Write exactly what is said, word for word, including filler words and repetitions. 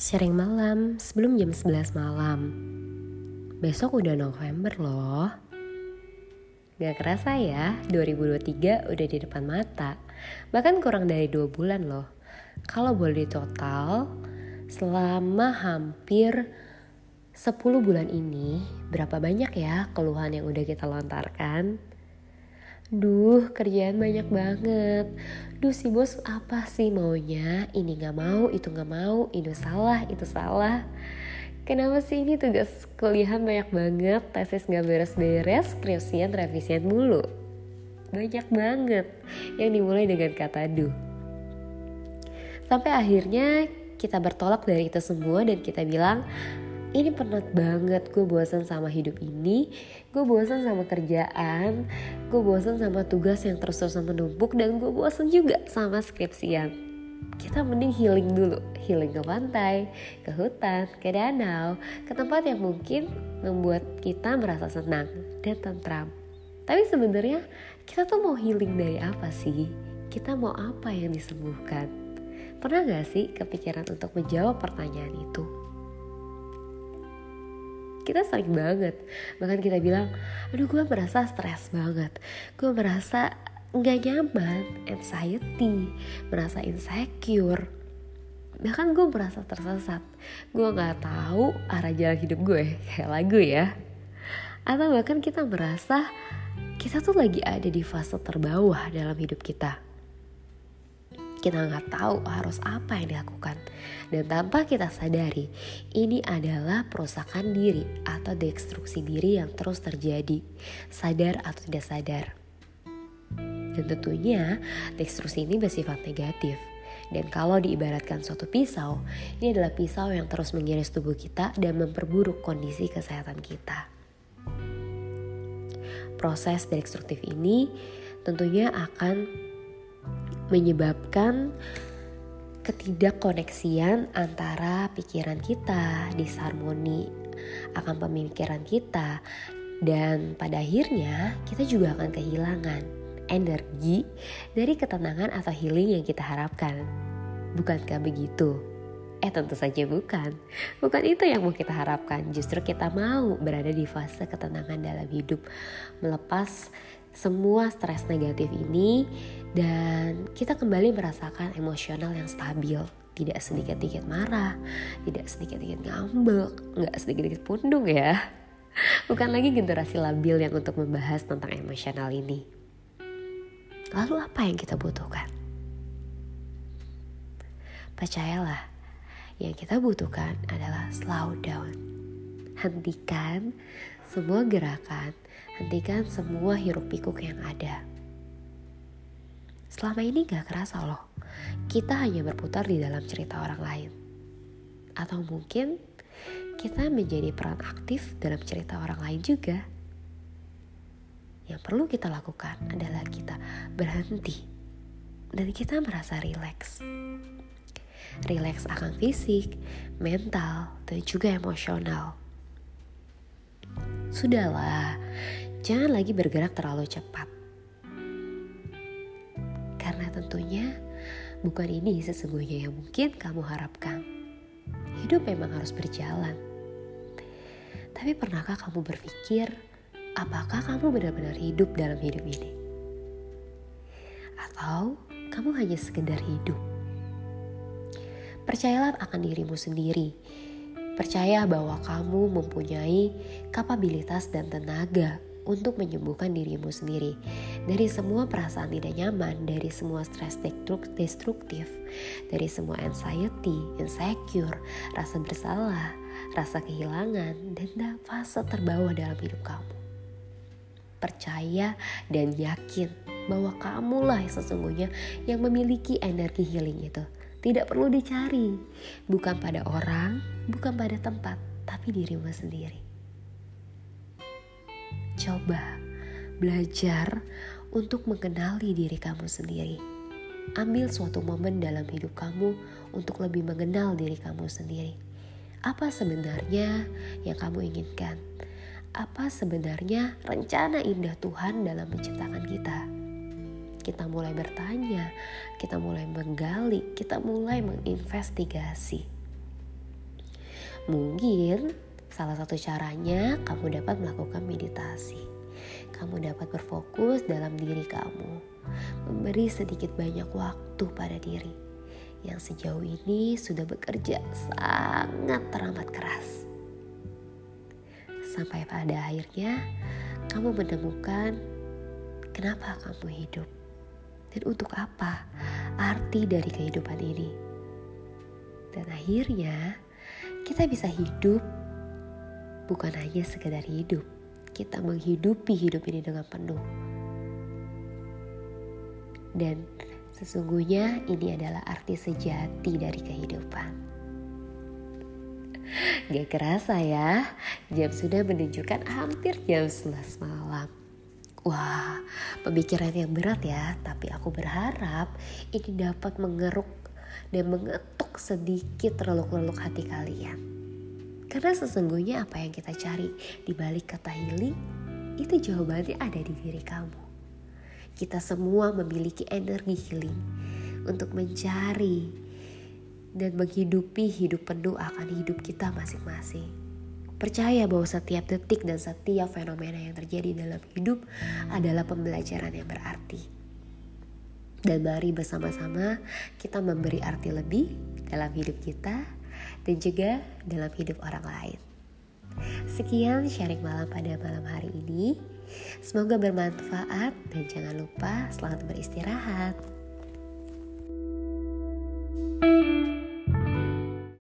Sharing malam sebelum jam sebelas malam. Besok udah November loh. Gak kerasa ya, dua ribu dua puluh tiga udah di depan mata. Bahkan kurang dari dua bulan loh. Kalau boleh ditotal, selama hampir sepuluh bulan ini, berapa banyak ya keluhan yang udah kita lontarkan? Duh, kerjaan banyak banget. Duh, si bos apa sih maunya? Ini gak mau, itu gak mau, ini salah, itu salah. Kenapa sih ini tugas kuliahan banyak banget, tesis gak beres-beres, skripsian, revisian mulu. Banyak banget yang dimulai dengan kata duh. Sampai akhirnya kita bertolak dari itu semua dan kita bilang, ini penat banget, gue bosan sama hidup ini, gue bosan sama kerjaan, gue bosan sama tugas yang terus-terusan menumpuk, dan gue bosan juga sama skripsian. Kita mending healing dulu, healing ke pantai, ke hutan, ke danau, ke tempat yang mungkin membuat kita merasa senang dan tentram. Tapi sebenarnya kita tuh mau healing dari apa sih? Kita mau apa yang disembuhkan? Pernah gak sih kepikiran untuk menjawab pertanyaan itu? Kita sering banget, bahkan kita bilang, aduh gue merasa stres banget, gue merasa gak nyaman, anxiety, merasa insecure, bahkan gue merasa tersesat, gue gak tahu arah jalan hidup gue, kayak lagu ya. Atau bahkan kita merasa kita tuh lagi ada di fase terbawah dalam hidup kita. Kita gak tahu harus apa yang dilakukan. Dan tanpa kita sadari, ini adalah perusakan diri atau destruksi diri yang terus terjadi, sadar atau tidak sadar. Dan tentunya destruksi ini bersifat negatif. Dan kalau diibaratkan suatu pisau, ini adalah pisau yang terus mengiris tubuh kita dan memperburuk kondisi kesehatan kita. Proses destruktif ini tentunya akan menyebabkan ketidakkoneksian antara pikiran kita, disharmoni akan pemikiran kita, dan pada akhirnya kita juga akan kehilangan energi dari ketenangan atau healing yang kita harapkan. Bukankah begitu? Eh tentu saja bukan. Bukan itu yang mau kita harapkan. Justru kita mau berada di fase ketenangan dalam hidup, melepas semua stres negatif ini, dan kita kembali merasakan emosional yang stabil. Tidak sedikit-sedikit marah, tidak sedikit-sedikit ngambek, gak sedikit-sedikit pundung ya. Bukan lagi generasi labil yang untuk membahas tentang emosional ini. Lalu apa yang kita butuhkan? Percayalah, yang kita butuhkan adalah slow down. Hentikan semua gerakan, hentikan semua hiruk pikuk yang ada. Selama ini gak kerasa loh, kita hanya berputar di dalam cerita orang lain. Atau mungkin kita menjadi peran aktif dalam cerita orang lain juga. Yang perlu kita lakukan adalah kita berhenti dan kita merasa rileks. Rileks akan fisik, mental, dan juga emosional. Sudahlah, jangan lagi bergerak terlalu cepat. Karena tentunya bukan ini sesungguhnya yang mungkin kamu harapkan. Hidup memang harus berjalan. Tapi pernahkah kamu berpikir, apakah kamu benar-benar hidup dalam hidup ini? Atau kamu hanya sekedar hidup? Percayalah akan dirimu sendiri. Percaya bahwa kamu mempunyai kapabilitas dan tenaga untuk menyembuhkan dirimu sendiri dari semua perasaan tidak nyaman, dari semua stres destruktif, dari semua anxiety, insecure, rasa bersalah, rasa kehilangan, dan fase terbawah dalam hidup kamu. Percaya dan yakin bahwa kamulah yang sesungguhnya yang memiliki energi healing itu. Tidak perlu dicari, bukan pada orang, bukan pada tempat, tapi dirimu sendiri. Coba belajar untuk mengenali diri kamu sendiri. Ambil suatu momen dalam hidup kamu untuk lebih mengenal diri kamu sendiri. Apa sebenarnya yang kamu inginkan? Apa sebenarnya rencana indah Tuhan dalam menciptakan kita? Kita mulai bertanya, kita mulai menggali, kita mulai menginvestigasi. Mungkin salah satu caranya kamu dapat melakukan meditasi. Kamu dapat berfokus dalam diri kamu, memberi sedikit banyak waktu pada diri yang sejauh ini sudah bekerja sangat teramat keras. Sampai pada akhirnya kamu menemukan kenapa kamu hidup dan untuk apa arti dari kehidupan ini. Dan akhirnya kita bisa hidup bukan hanya sekedar hidup, kita menghidupi hidup ini dengan penuh. Dan sesungguhnya ini adalah arti sejati dari kehidupan. Gak kerasa ya, jam sudah menunjukkan hampir jam sebelas malam. Wah, pemikiran yang berat ya, tapi aku berharap ini dapat mengeruk dan mengetuk sedikit reluk-reluk hati kalian. Karena sesungguhnya apa yang kita cari di balik kata healing, itu jawabannya ada di diri kamu. Kita semua memiliki energi healing untuk mencari dan menghidupi hidup penuh akan hidup kita masing-masing. Percaya bahwa setiap detik dan setiap fenomena yang terjadi dalam hidup adalah pembelajaran yang berarti. Dan mari bersama-sama kita memberi arti lebih dalam hidup kita dan juga dalam hidup orang lain. Sekian sharing malam pada malam hari ini. Semoga bermanfaat dan jangan lupa selamat beristirahat.